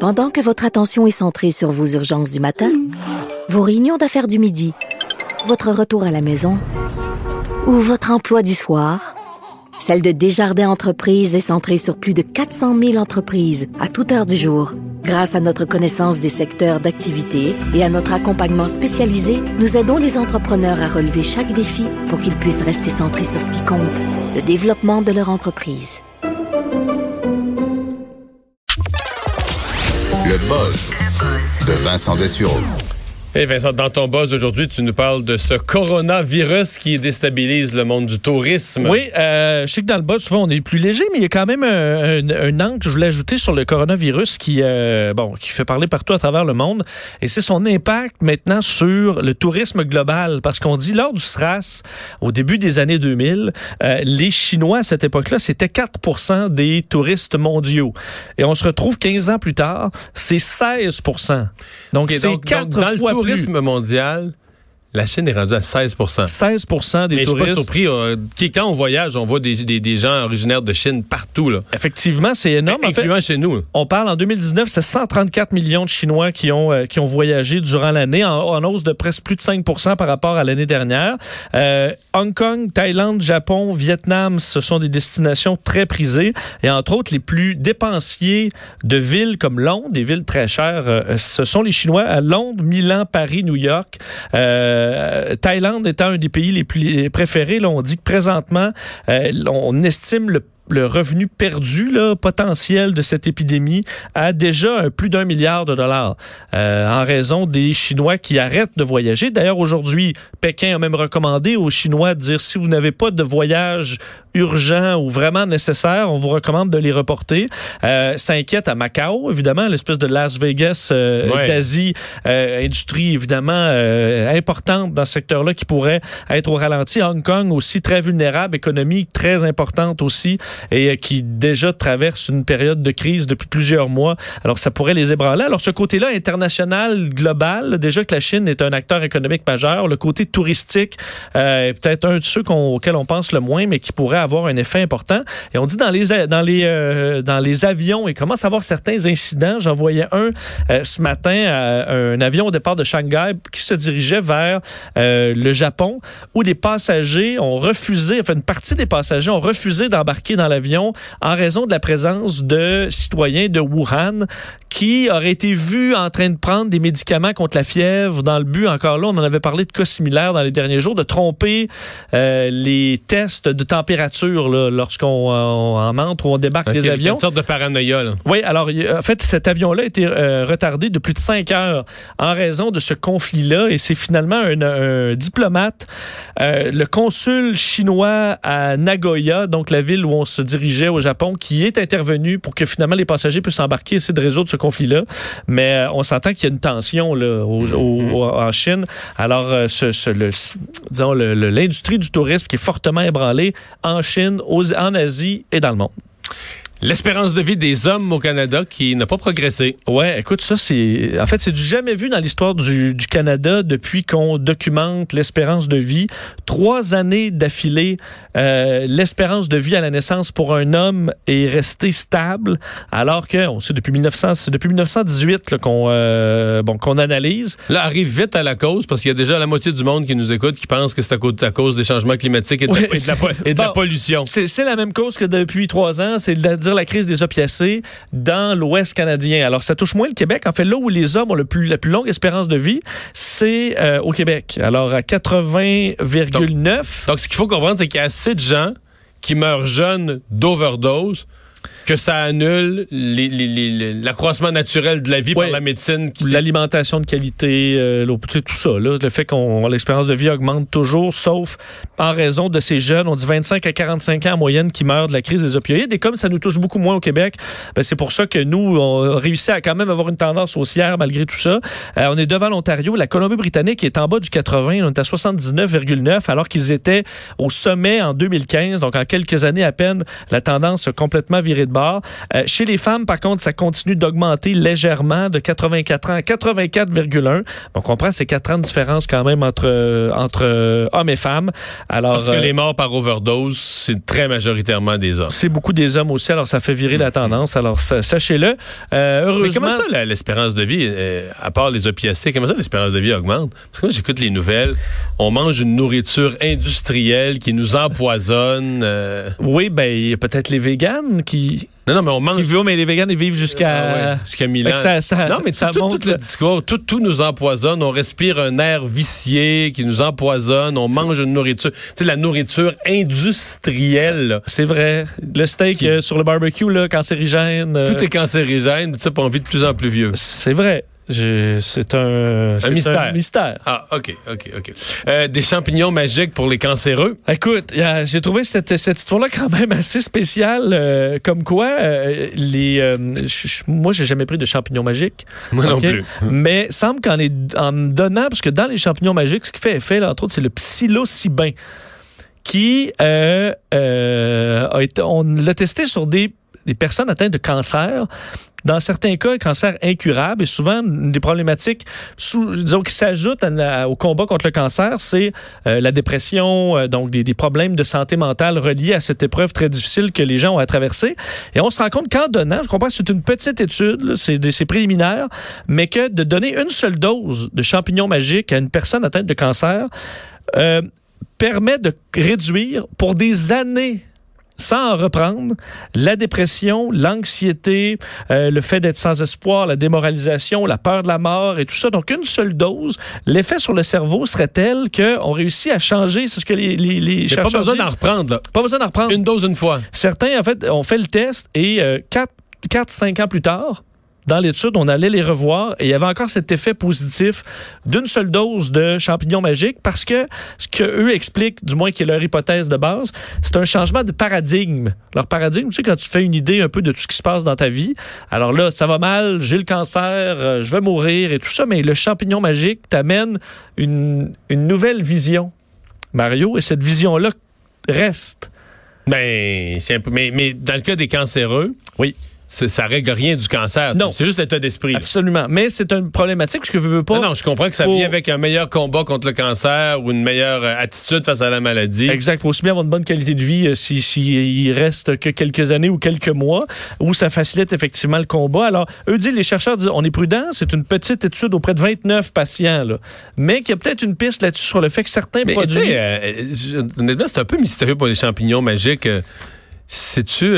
Pendant que votre attention est centrée sur vos urgences du matin, vos réunions d'affaires du midi, votre retour à la maison ou votre emploi du soir, celle de Desjardins Entreprises est centrée sur plus de 400 000 entreprises à toute heure du jour. Grâce à notre connaissance des secteurs d'activité et à notre accompagnement spécialisé, nous aidons les entrepreneurs à relever chaque défi pour qu'ils puissent rester centrés sur ce qui compte, le développement de leur entreprise. Le buzz de Vincent Dessureau. Hey Vincent, dans ton buzz d'aujourd'hui, tu nous parles de ce coronavirus qui déstabilise le monde du tourisme. Oui, je sais que dans le buzz, souvent, on est plus léger, mais il y a quand même un angle que je voulais ajouter sur le coronavirus qui fait parler partout à travers le monde. Et c'est son impact maintenant sur le tourisme global. Parce qu'on dit, lors du SRAS, au début des années 2000, les Chinois, à cette époque-là, c'était 4% des touristes mondiaux. Et on se retrouve 15 ans plus tard, c'est 16%. Donc, c'est 4 fois le tourisme mondial, la Chine est rendue à 16%. 16% des touristes. Mais je suis pas surpris. Quand on voyage, on voit des gens originaires de Chine partout. Là. Effectivement, c'est énorme. Influent chez nous. On parle en 2019, c'est 134 millions de Chinois qui ont voyagé durant l'année, en hausse de presque plus de 5% par rapport à l'année dernière. Hong Kong, Thaïlande, Japon, Vietnam, ce sont des destinations très prisées. Et entre autres, les plus dépensiers de villes comme Londres, des villes très chères, ce sont les Chinois à Londres, Milan, Paris, New York. Thaïlande étant un des pays les plus préférés, là, on dit que présentement, on estime le revenu perdu potentiel de cette épidémie à déjà plus d'1 milliard de dollars en raison des Chinois qui arrêtent de voyager. D'ailleurs, aujourd'hui, Pékin a même recommandé aux Chinois de dire si vous n'avez pas de voyage urgent ou vraiment nécessaire, on vous recommande de les reporter. Ça inquiète à Macao, évidemment, l'espèce de Las Vegas d'Asie, industrie évidemment importante dans ce secteur-là qui pourrait être au ralenti. Hong Kong aussi très vulnérable, économie très importante aussi et qui déjà traverse une période de crise depuis plusieurs mois. Alors ça pourrait les ébranler. Alors ce côté-là international, global, déjà que la Chine est un acteur économique majeur, le côté touristique est peut-être un de ceux auxquels on pense le moins, mais qui pourrait avoir un effet important. Et on dit dans les avions, il commence à avoir certains incidents. J'en voyais un ce matin, un avion au départ de Shanghai qui se dirigeait vers le Japon, où les passagers ont refusé, enfin une partie des passagers ont refusé d'embarquer dans l'avion en raison de la présence de citoyens de Wuhan qui auraient été vus en train de prendre des médicaments contre la fièvre dans le but, encore là, on en avait parlé de cas similaires dans les derniers jours, de tromper les tests de température là, lorsqu'on entre ou on débarque des avions. Une sorte de paranoïa. Là. Oui, alors en fait, cet avion-là a été retardé de plus de 5 heures en raison de ce conflit-là et c'est finalement un diplomate, le consul chinois à Nagoya, donc la ville où on se dirigeait au Japon, qui est intervenu pour que finalement les passagers puissent embarquer et essayer de résoudre ce conflit-là. Mais on s'entend qu'il y a une tension là, en Chine. Alors, l'industrie du tourisme qui est fortement ébranlée en Chine, en Asie et dans le monde. L'espérance de vie des hommes au Canada qui n'a pas progressé. Ouais, écoute, ça, c'est du jamais vu dans l'histoire du Canada depuis qu'on documente l'espérance de vie. 3 années d'affilée, l'espérance de vie à la naissance pour un homme est restée stable, alors que, on sait depuis 1918 là, qu'on analyse. Là, arrive vite à la cause, parce qu'il y a déjà la moitié du monde qui nous écoute qui pense que c'est à cause des changements climatiques et de la pollution. C'est la même cause que depuis 3 ans, c'est-à-dire la crise des opiacés dans l'Ouest canadien. Alors, ça touche moins le Québec. En fait, là où les hommes ont la plus longue espérance de vie, c'est au Québec. Alors, à 80,9. Donc, ce qu'il faut comprendre, c'est qu'il y a assez de gens qui meurent jeunes d'overdose que ça annule l'accroissement naturel de la vie par la médecine. L'alimentation de qualité, tout ça. Là, le fait qu'on l'espérance de vie augmente toujours, sauf en raison de ces jeunes, on dit 25 à 45 ans en moyenne qui meurent de la crise des opioïdes. Et comme ça nous touche beaucoup moins au Québec, ben c'est pour ça que nous, on réussit à quand même avoir une tendance haussière malgré tout ça. On est devant l'Ontario. La Colombie-Britannique est en bas du 80. On est à 79,9 alors qu'ils étaient au sommet en 2015. Donc, en quelques années à peine, la tendance a complètement viré de de bord. Chez les femmes, par contre, ça continue d'augmenter légèrement de 84 ans à 84,1. On comprend, c'est 4 ans de différence quand même entre hommes et femmes. Alors, parce que les morts par overdose, c'est très majoritairement des hommes. C'est beaucoup des hommes aussi, alors ça fait virer la tendance. Alors, sachez-le. Heureusement... Mais comment ça, l'espérance de vie, à part les opiacés, comment ça l'espérance de vie augmente? Parce que moi, j'écoute les nouvelles, on mange une nourriture industrielle qui nous empoisonne. Oui, ben, il y a peut-être les véganes qui... Non, mais on mange... mais les véganes, ils vivent jusqu'à 1000 ans. Non, mais tout le discours, tout nous empoisonne. On respire un air vicié qui nous empoisonne. On mange une nourriture. Tu sais, la nourriture industrielle. Là, c'est vrai. Le steak sur le barbecue, là, cancérigène. Tout est cancérigène. Tu sais, on vit de plus en plus vieux. C'est vrai. C'est un mystère. Ah, OK. Des champignons magiques pour les cancéreux. Écoute, j'ai trouvé cette histoire-là quand même assez spéciale. Comme quoi, moi, j'ai jamais pris de champignons magiques. Moi non plus. Mais semble qu'en donnant, parce que dans les champignons magiques, ce qui fait effet, là, entre autres, c'est le psilocybin, qui on l'a testé sur des personnes atteintes de cancer. Dans certains cas, un cancer incurable, et souvent, des problématiques disons, qui s'ajoutent au combat contre le cancer, c'est la dépression, donc des problèmes de santé mentale reliés à cette épreuve très difficile que les gens ont à traverser. Et on se rend compte qu'en donnant, je comprends que c'est une petite étude, là, c'est préliminaire, mais que de donner une seule dose de champignons magiques à une personne atteinte de cancer permet de réduire pour des années, sans en reprendre, la dépression, l'anxiété, le fait d'être sans espoir, la démoralisation, la peur de la mort et tout ça. Donc, une seule dose, l'effet sur le cerveau serait tel qu'on réussit à changer. C'est ce que les chercheurs disent. Pas besoin d'en reprendre, là. Pas besoin d'en reprendre. Une dose une fois. Certains, en fait, ont fait le test et 4-5 ans plus tard, dans l'étude, on allait les revoir et il y avait encore cet effet positif d'une seule dose de champignons magiques parce que ce qu'eux expliquent, du moins qui est leur hypothèse de base, c'est un changement de paradigme. Leur paradigme, tu sais, quand tu fais une idée un peu de tout ce qui se passe dans ta vie, alors là, ça va mal, j'ai le cancer, je vais mourir et tout ça, mais le champignon magique t'amène une nouvelle vision, Mario, et cette vision-là reste. Ben, c'est un peu, mais dans le cas des cancéreux, oui. Ça règle rien du cancer. Non. C'est juste l'état d'esprit. Absolument. Mais c'est une problématique parce que je veux pas... Non, je comprends que ça vient avec un meilleur combat contre le cancer ou une meilleure attitude face à la maladie. Exact. Aussi bien avoir une bonne qualité de vie il reste que quelques années ou quelques mois où ça facilite effectivement le combat. Alors, les chercheurs disent, on est prudent, c'est une petite étude auprès de 29 patients, là. Mais qu'il y a peut-être une piste là-dessus sur le fait que certains produits... Honnêtement, c'est un peu mystérieux pour les champignons magiques. Sais-tu...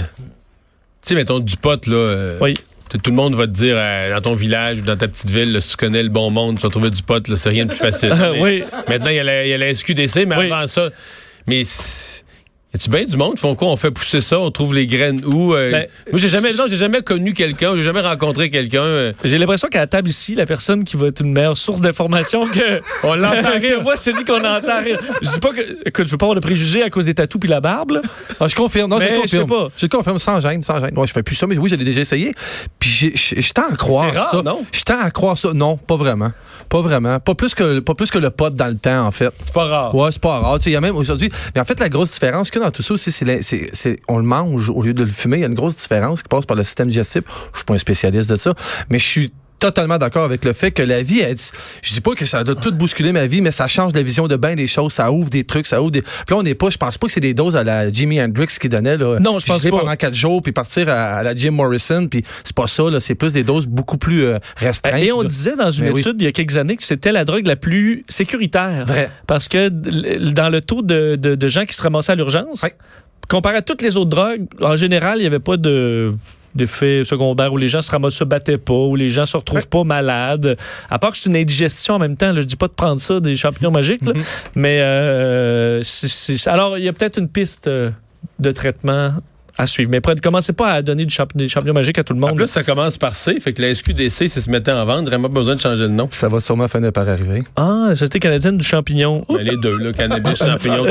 Tu sais, mettons, du pot, là. Oui. Tout le monde va te dire, dans ton village ou dans ta petite ville, là, si tu connais le bon monde, tu vas trouver du pot, là, c'est rien de plus facile. Oui. Maintenant, il y a la SQDC, mais avant ça... Mais... Y a-tu bien du monde? Font quoi? On fait pousser ça? On trouve les graines où? Moi, j'ai jamais connu quelqu'un, j'ai jamais rencontré quelqu'un. J'ai l'impression qu'à la table ici, la personne qui va être une meilleure source d'information on l'entend rire. Moi, c'est lui qu'on entend rire. Je dis pas que... Écoute, je veux pas avoir de préjugés à cause des tatous puis la barbe, là. Ah, je confirme. Non, je confirme. Je sais pas. Je confirme sans gêne. Ouais, je fais plus ça, mais oui, je l'ai déjà essayé. Puis je tends à croire rare, ça. Non? Je tends à croire ça. Non, pas vraiment. Pas vraiment. Pas plus que le pot dans le temps, en fait. C'est pas rare. Ouais, c'est pas rare. Tu sais, il y a même aujourd'hui... Mais en fait, la grosse différence que dans tout ça aussi, on le mange au lieu de le fumer. Il y a une grosse différence qui passe par le système digestif. Je suis pas un spécialiste de ça, mais je suis totalement d'accord avec le fait que la vie, je dis pas que ça doit tout bousculer ma vie, mais ça change la vision de bien des choses, ça ouvre des trucs, ça ouvre des... Puis là, on n'est pas, je pense pas que c'est des doses à la Jimi Hendrix qui donnait, là. Non, je pense pas. Pendant 4 jours, puis partir à la Jim Morrison, puis c'est pas ça, là, c'est plus des doses beaucoup plus restreintes. Et on disait dans une étude il y a quelques années que c'était la drogue la plus sécuritaire. Vrai. Parce que dans le taux de gens qui se ramassaient à l'urgence, comparé à toutes les autres drogues, en général, il n'y avait pas d'effets secondaires où les gens se battaient pas, où les gens se retrouvent pas malades. À part que c'est une indigestion en même temps. Là, je dis pas de prendre ça, des champignons magiques, là, mais alors, il y a peut-être une piste de traitement à suivre. Mais commencez pas à donner des champignons magiques à tout le monde. En plus, ça commence par C, fait que la SQDC, si se mettait en vente, vraiment besoin de changer le nom. Ça va sûrement finir par arriver. Ah, la Société canadienne du champignon. Ben, les deux, là, cannabis, champignons.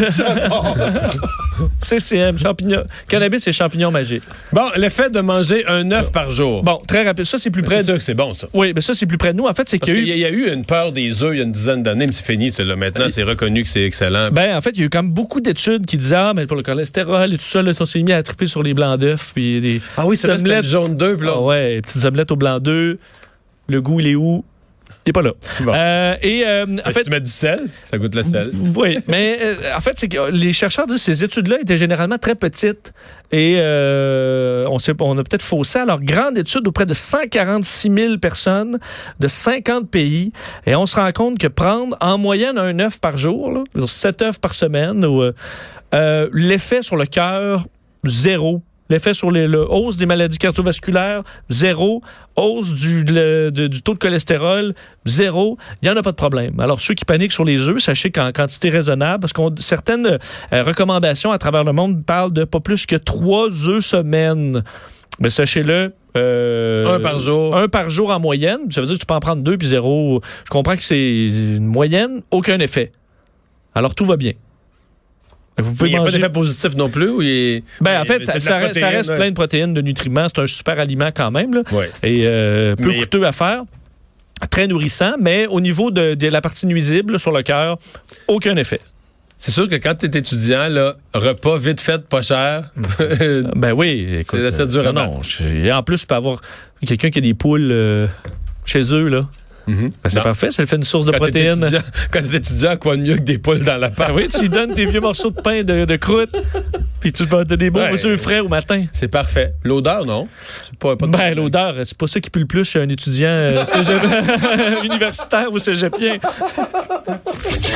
CCM, champignons. Cannabis et champignons magiques. Bon, l'effet de manger un œuf par jour. Bon, très rapide. Ça, c'est plus près. C'est sûr que c'est bon, ça. Oui, mais ça, c'est plus près de nous. En fait, c'est qu'il y a eu une peur des œufs il y a une dizaine d'années, mais c'est fini, ça, là. Maintenant, c'est reconnu que c'est excellent. Ben, en fait, il y a eu quand même beaucoup d'études qui disaient, mais pour le cholestérol et tout ça, là, on s'est mis à triper sur les blancs d'œufs. Puis des c'est vrai, c'était le jaune d'œuf. Ouais, petites omelettes au blanc d'œuf. Le goût, il est où? Il n'est pas là. Bon. En fait, tu mets du sel, ça goûte le sel. Oui, mais en fait, c'est que les chercheurs disent que ces études-là étaient généralement très petites et on a peut-être faussé. Alors, grande étude auprès de 146 000 personnes de 50 pays et on se rend compte que prendre en moyenne un œuf par jour, là, 7 œufs par semaine, l'effet sur le cœur, 0. L'effet sur la hausse des maladies cardiovasculaires, 0. Hausse du taux de cholestérol, 0. Il n'y en a pas de problème. Alors, ceux qui paniquent sur les œufs, sachez qu'en quantité raisonnable, parce que certaines recommandations à travers le monde parlent de pas plus que 3 œufs semaine. Mais sachez-le, un par jour. Un par jour en moyenne. Ça veut dire que tu peux en prendre 2 puis 0. Je comprends que c'est une moyenne, aucun effet. Alors, tout va bien. Vous pouvez il n'y a pas d'effet positif non plus? En fait, ça reste plein de protéines, de nutriments. C'est un super aliment quand même. Là. Ouais. Et peu coûteux à faire. Très nourrissant, mais au niveau de la partie nuisible là, sur le cœur, aucun effet. C'est sûr que quand tu es étudiant, là, repas vite fait, pas cher. Oui, écoute, c'est assez dur à non. Et en plus, tu peux avoir quelqu'un qui a des poules chez eux, là. Mm-hmm. C'est parfait, ça fait une source de protéines. Quand t'es étudiant, quoi de mieux que des poules dans la pâte? Oui, tu lui donnes tes vieux morceaux de pain de croûte, puis tu as des beaux œufs frais au matin. C'est parfait. L'odeur, non? C'est pas l'odeur, c'est pas ça qui pue le plus chez un étudiant universitaire ou cégepien.